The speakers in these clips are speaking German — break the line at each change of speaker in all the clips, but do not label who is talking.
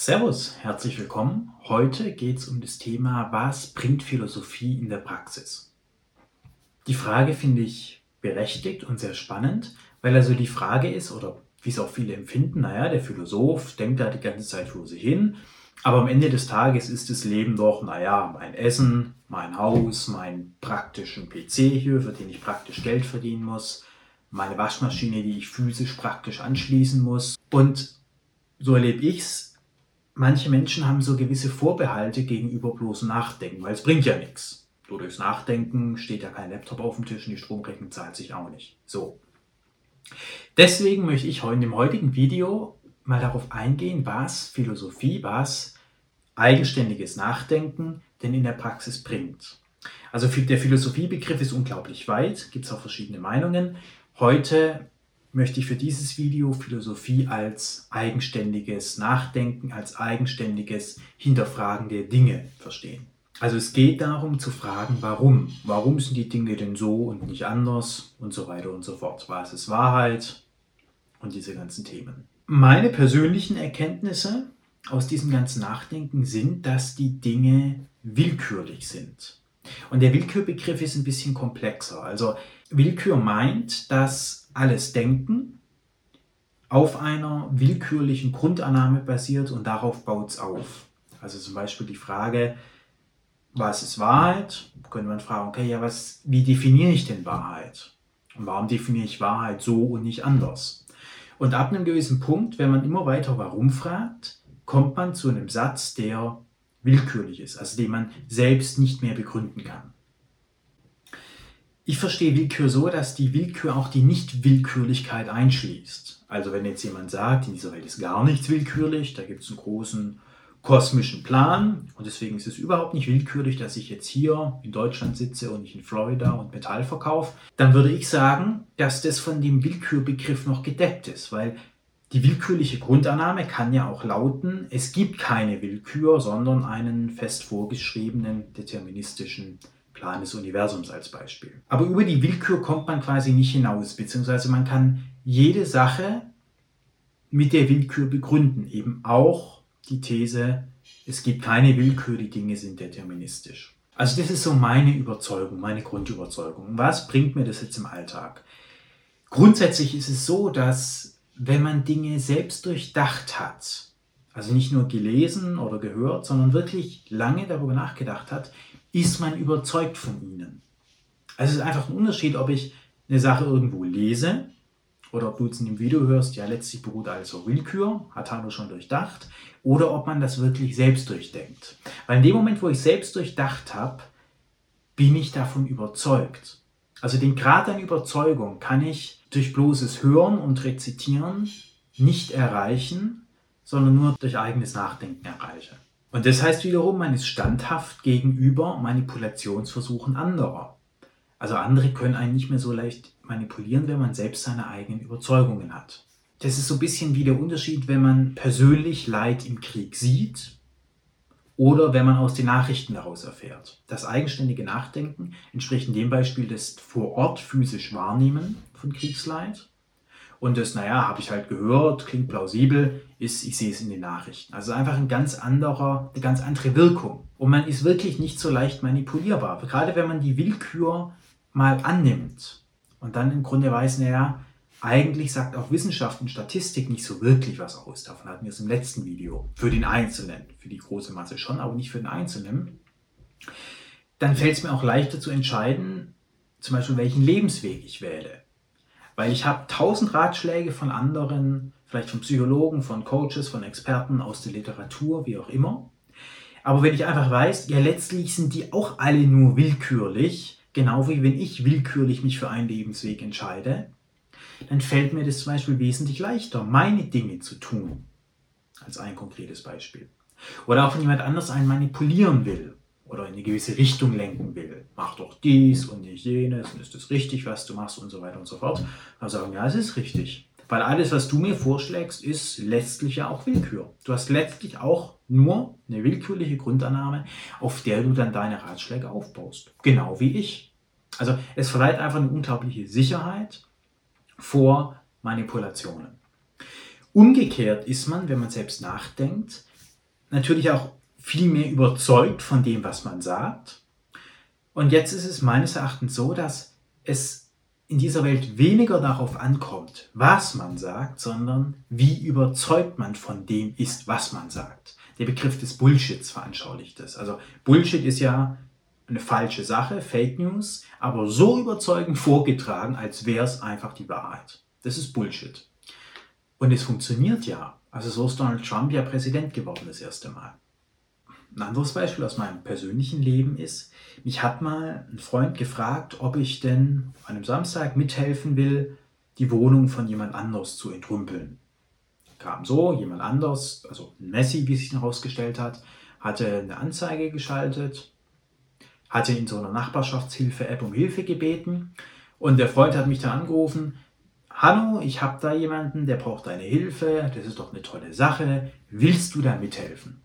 Servus, herzlich willkommen. Heute geht es um das Thema, was bringt Philosophie in der Praxis? Die Frage finde ich berechtigt und sehr spannend, weil also die Frage ist, oder wie es auch viele empfinden, naja, der Philosoph denkt da die ganze Zeit vor sich hin, aber am Ende des Tages ist das Leben doch, naja, mein Essen, mein Haus, mein praktischen PC hier, für den ich praktisch Geld verdienen muss, meine Waschmaschine, die ich physisch praktisch anschließen muss. Und so erlebe ich es. Manche Menschen haben so gewisse Vorbehalte gegenüber bloßem Nachdenken, weil es bringt ja nichts. So durchs Nachdenken steht ja kein Laptop auf dem Tisch und die Stromrechnung zahlt sich auch nicht. So. Deswegen möchte ich in dem heutigen Video mal darauf eingehen, was Philosophie, was eigenständiges Nachdenken denn in der Praxis bringt. Also der Philosophiebegriff ist unglaublich weit, gibt es auch verschiedene Meinungen. Heute möchte ich für dieses Video Philosophie als eigenständiges Nachdenken, als eigenständiges Hinterfragen der Dinge verstehen. Also es geht darum zu fragen, warum? Warum sind die Dinge denn so und nicht anders und so weiter und so fort. Was ist Wahrheit und diese ganzen Themen. Meine persönlichen Erkenntnisse aus diesem ganzen Nachdenken sind, dass die Dinge willkürlich sind. Und der Willkürbegriff ist ein bisschen komplexer. Also Willkür meint, dass alles Denken auf einer willkürlichen Grundannahme basiert und darauf baut es auf. Also zum Beispiel die Frage, was ist Wahrheit? Könnte man fragen, okay, ja, wie definiere ich denn Wahrheit? Und warum definiere ich Wahrheit so und nicht anders? Und ab einem gewissen Punkt, wenn man immer weiter warum fragt, kommt man zu einem Satz, der willkürlich ist, also den man selbst nicht mehr begründen kann. Ich verstehe Willkür so, dass die Willkür auch die Nichtwillkürlichkeit einschließt. Also wenn jetzt jemand sagt, in dieser Welt ist gar nichts willkürlich, da gibt es einen großen kosmischen Plan und deswegen ist es überhaupt nicht willkürlich, dass ich jetzt hier in Deutschland sitze und nicht in Florida und Metall verkaufe, dann würde ich sagen, dass das von dem Willkürbegriff noch gedeckt ist, weil die willkürliche Grundannahme kann ja auch lauten, es gibt keine Willkür, sondern einen fest vorgeschriebenen, deterministischen Plan des Universums als Beispiel. Aber über die Willkür kommt man quasi nicht hinaus, beziehungsweise man kann jede Sache mit der Willkür begründen. Eben auch die These, es gibt keine Willkür, die Dinge sind deterministisch. Also das ist so meine Überzeugung, meine Grundüberzeugung. Was bringt mir das jetzt im Alltag? Grundsätzlich ist es so, dass wenn man Dinge selbst durchdacht hat, also nicht nur gelesen oder gehört, sondern wirklich lange darüber nachgedacht hat, ist man überzeugt von ihnen. Also es ist einfach ein Unterschied, ob ich eine Sache irgendwo lese oder ob du jetzt in dem Video hörst, ja letztlich beruht alles auf Willkür, hat Hanno schon durchdacht, oder ob man das wirklich selbst durchdenkt. Weil in dem Moment, wo ich selbst durchdacht habe, bin ich davon überzeugt. Also den Grad an Überzeugung kann ich durch bloßes Hören und Rezitieren nicht erreichen, sondern nur durch eigenes Nachdenken erreiche. Und das heißt wiederum, man ist standhaft gegenüber Manipulationsversuchen anderer. Also andere können einen nicht mehr so leicht manipulieren, wenn man selbst seine eigenen Überzeugungen hat. Das ist so ein bisschen wie der Unterschied, wenn man persönlich Leid im Krieg sieht oder wenn man aus den Nachrichten daraus erfährt. Das eigenständige Nachdenken entspricht in dem Beispiel das vor Ort physisch Wahrnehmen von Kriegsleid. Und das, habe ich halt gehört, klingt plausibel, ich sehe es in den Nachrichten. Also einfach eine ganz andere Wirkung. Und man ist wirklich nicht so leicht manipulierbar. Gerade wenn man die Willkür mal annimmt und dann im Grunde weiß, eigentlich sagt auch Wissenschaft und Statistik nicht so wirklich was aus. Davon hatten wir es im letzten Video. Für den Einzelnen, für die große Masse schon, aber nicht für den Einzelnen. Dann fällt es mir auch leichter zu entscheiden, zum Beispiel welchen Lebensweg ich wähle. Weil ich habe 1000 Ratschläge von anderen, vielleicht von Psychologen, von Coaches, von Experten aus der Literatur, wie auch immer. Aber wenn ich einfach weiß, ja letztlich sind die auch alle nur willkürlich, genau wie wenn ich willkürlich mich für einen Lebensweg entscheide, dann fällt mir das zum Beispiel wesentlich leichter, meine Dinge zu tun. Als ein konkretes Beispiel. Oder auch wenn jemand anders einen manipulieren will oder in eine gewisse Richtung lenken will. Mach doch dies und nicht jenes und ist das richtig, was du machst und so weiter und so fort. Dann sagen, ja, es ist richtig. Weil alles, was du mir vorschlägst, ist letztlich ja auch Willkür. Du hast letztlich auch nur eine willkürliche Grundannahme, auf der du dann deine Ratschläge aufbaust. Genau wie ich. Also es verleiht einfach eine unglaubliche Sicherheit vor Manipulationen. Umgekehrt ist man, wenn man selbst nachdenkt, natürlich auch viel mehr überzeugt von dem, was man sagt. Und jetzt ist es meines Erachtens so, dass es in dieser Welt weniger darauf ankommt, was man sagt, sondern wie überzeugt man von dem ist, was man sagt. Der Begriff des Bullshits veranschaulicht das. Also Bullshit ist ja eine falsche Sache, Fake News, aber so überzeugend vorgetragen, als wäre es einfach die Wahrheit. Das ist Bullshit. Und es funktioniert ja. Also so ist Donald Trump ja Präsident geworden das erste Mal. Ein anderes Beispiel aus meinem persönlichen Leben ist, mich hat mal ein Freund gefragt, ob ich denn an einem Samstag mithelfen will, die Wohnung von jemand anders zu entrümpeln. Kam so, jemand anders, also Messi, wie es sich herausgestellt hat, hatte eine Anzeige geschaltet, hatte in so einer Nachbarschaftshilfe-App um Hilfe gebeten und der Freund hat mich dann angerufen: Hanno, ich habe da jemanden, der braucht deine Hilfe, das ist doch eine tolle Sache, willst du da mithelfen?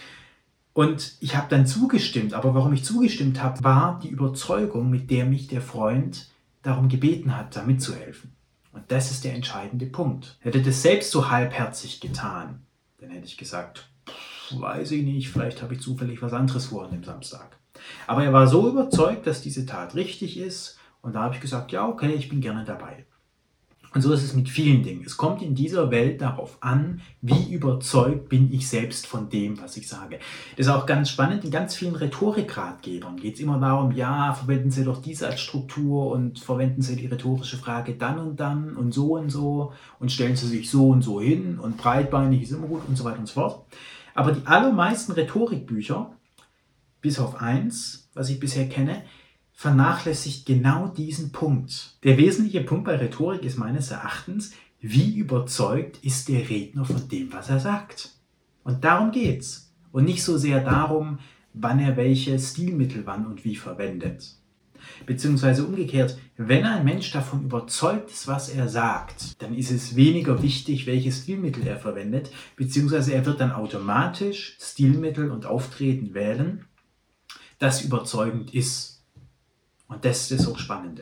Und ich habe dann zugestimmt, aber warum ich zugestimmt habe, war die Überzeugung, mit der mich der Freund darum gebeten hat, da mitzuhelfen. Und das ist der entscheidende Punkt. Hätte das selbst so halbherzig getan, dann hätte ich gesagt, weiß ich nicht, vielleicht habe ich zufällig was anderes vor an dem Samstag. Aber er war so überzeugt, dass diese Tat richtig ist und da habe ich gesagt, ja okay, ich bin gerne dabei. Und so ist es mit vielen Dingen. Es kommt in dieser Welt darauf an, wie überzeugt bin ich selbst von dem, was ich sage. Das ist auch ganz spannend. In ganz vielen Rhetorikratgebern geht es immer darum, ja, verwenden Sie doch diese als Struktur und verwenden Sie die rhetorische Frage dann und so und stellen Sie sich so und so hin und breitbeinig ist immer gut und so weiter und so fort. Aber die allermeisten Rhetorikbücher, bis auf eins, was ich bisher kenne, vernachlässigt genau diesen Punkt. Der wesentliche Punkt bei Rhetorik ist meines Erachtens, wie überzeugt ist der Redner von dem, was er sagt. Und darum geht's. Und nicht so sehr darum, wann er welche Stilmittel wann und wie verwendet. Beziehungsweise umgekehrt, wenn ein Mensch davon überzeugt ist, was er sagt, dann ist es weniger wichtig, welches Stilmittel er verwendet, beziehungsweise er wird dann automatisch Stilmittel und Auftreten wählen, das überzeugend ist. Und das ist das Hochspannende.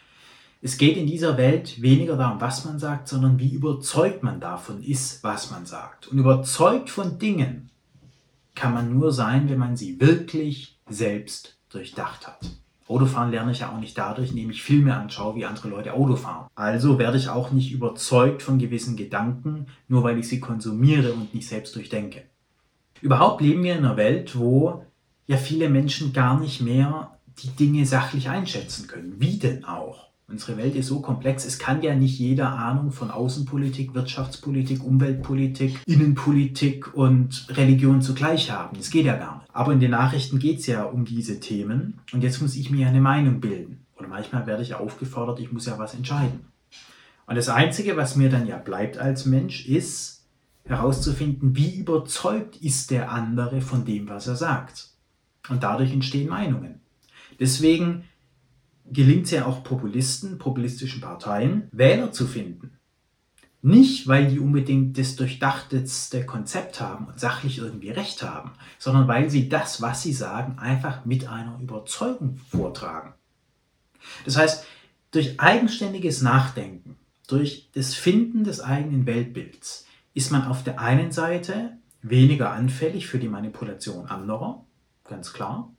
Es geht in dieser Welt weniger darum, was man sagt, sondern wie überzeugt man davon ist, was man sagt. Und überzeugt von Dingen kann man nur sein, wenn man sie wirklich selbst durchdacht hat. Autofahren lerne ich ja auch nicht dadurch, indem ich Filme anschaue, wie andere Leute Auto fahren. Also werde ich auch nicht überzeugt von gewissen Gedanken, nur weil ich sie konsumiere und nicht selbst durchdenke. Überhaupt leben wir in einer Welt, wo ja viele Menschen gar nicht mehr die Dinge sachlich einschätzen können. Wie denn auch? Unsere Welt ist so komplex, es kann ja nicht jeder Ahnung von Außenpolitik, Wirtschaftspolitik, Umweltpolitik, Innenpolitik und Religion zugleich haben. Das geht ja gar nicht. Aber in den Nachrichten geht es ja um diese Themen und jetzt muss ich mir eine Meinung bilden. Oder manchmal werde ich aufgefordert, ich muss ja was entscheiden. Und das Einzige, was mir dann ja bleibt als Mensch, ist herauszufinden, wie überzeugt ist der andere von dem, was er sagt. Und dadurch entstehen Meinungen. Deswegen gelingt es ja auch Populisten, populistischen Parteien, Wähler zu finden. Nicht, weil die unbedingt das durchdachtetste Konzept haben und sachlich irgendwie recht haben, sondern weil sie das, was sie sagen, einfach mit einer Überzeugung vortragen. Das heißt, durch eigenständiges Nachdenken, durch das Finden des eigenen Weltbilds, ist man auf der einen Seite weniger anfällig für die Manipulation anderer, ganz klar.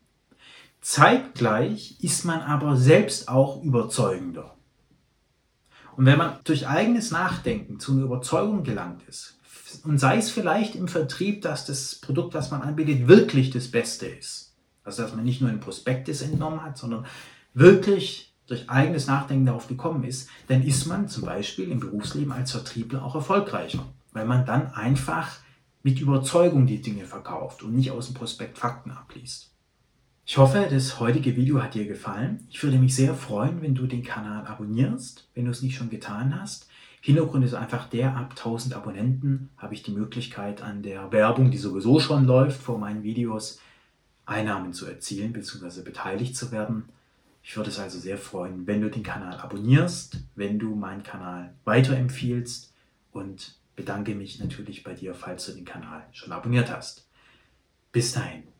Zeitgleich ist man aber selbst auch überzeugender. Und wenn man durch eigenes Nachdenken zu einer Überzeugung gelangt ist, und sei es vielleicht im Vertrieb, dass das Produkt, das man anbietet, wirklich das Beste ist, also dass man nicht nur einen Prospektus entnommen hat, sondern wirklich durch eigenes Nachdenken darauf gekommen ist, dann ist man zum Beispiel im Berufsleben als Vertriebler auch erfolgreicher, weil man dann einfach mit Überzeugung die Dinge verkauft und nicht aus dem Prospekt Fakten abliest. Ich hoffe, das heutige Video hat dir gefallen. Ich würde mich sehr freuen, wenn du den Kanal abonnierst, wenn du es nicht schon getan hast. Hintergrund ist einfach der, ab 1000 Abonnenten habe ich die Möglichkeit, an der Werbung, die sowieso schon läuft, vor meinen Videos Einnahmen zu erzielen bzw. beteiligt zu werden. Ich würde es also sehr freuen, wenn du den Kanal abonnierst, wenn du meinen Kanal weiterempfiehlst und bedanke mich natürlich bei dir, falls du den Kanal schon abonniert hast. Bis dahin.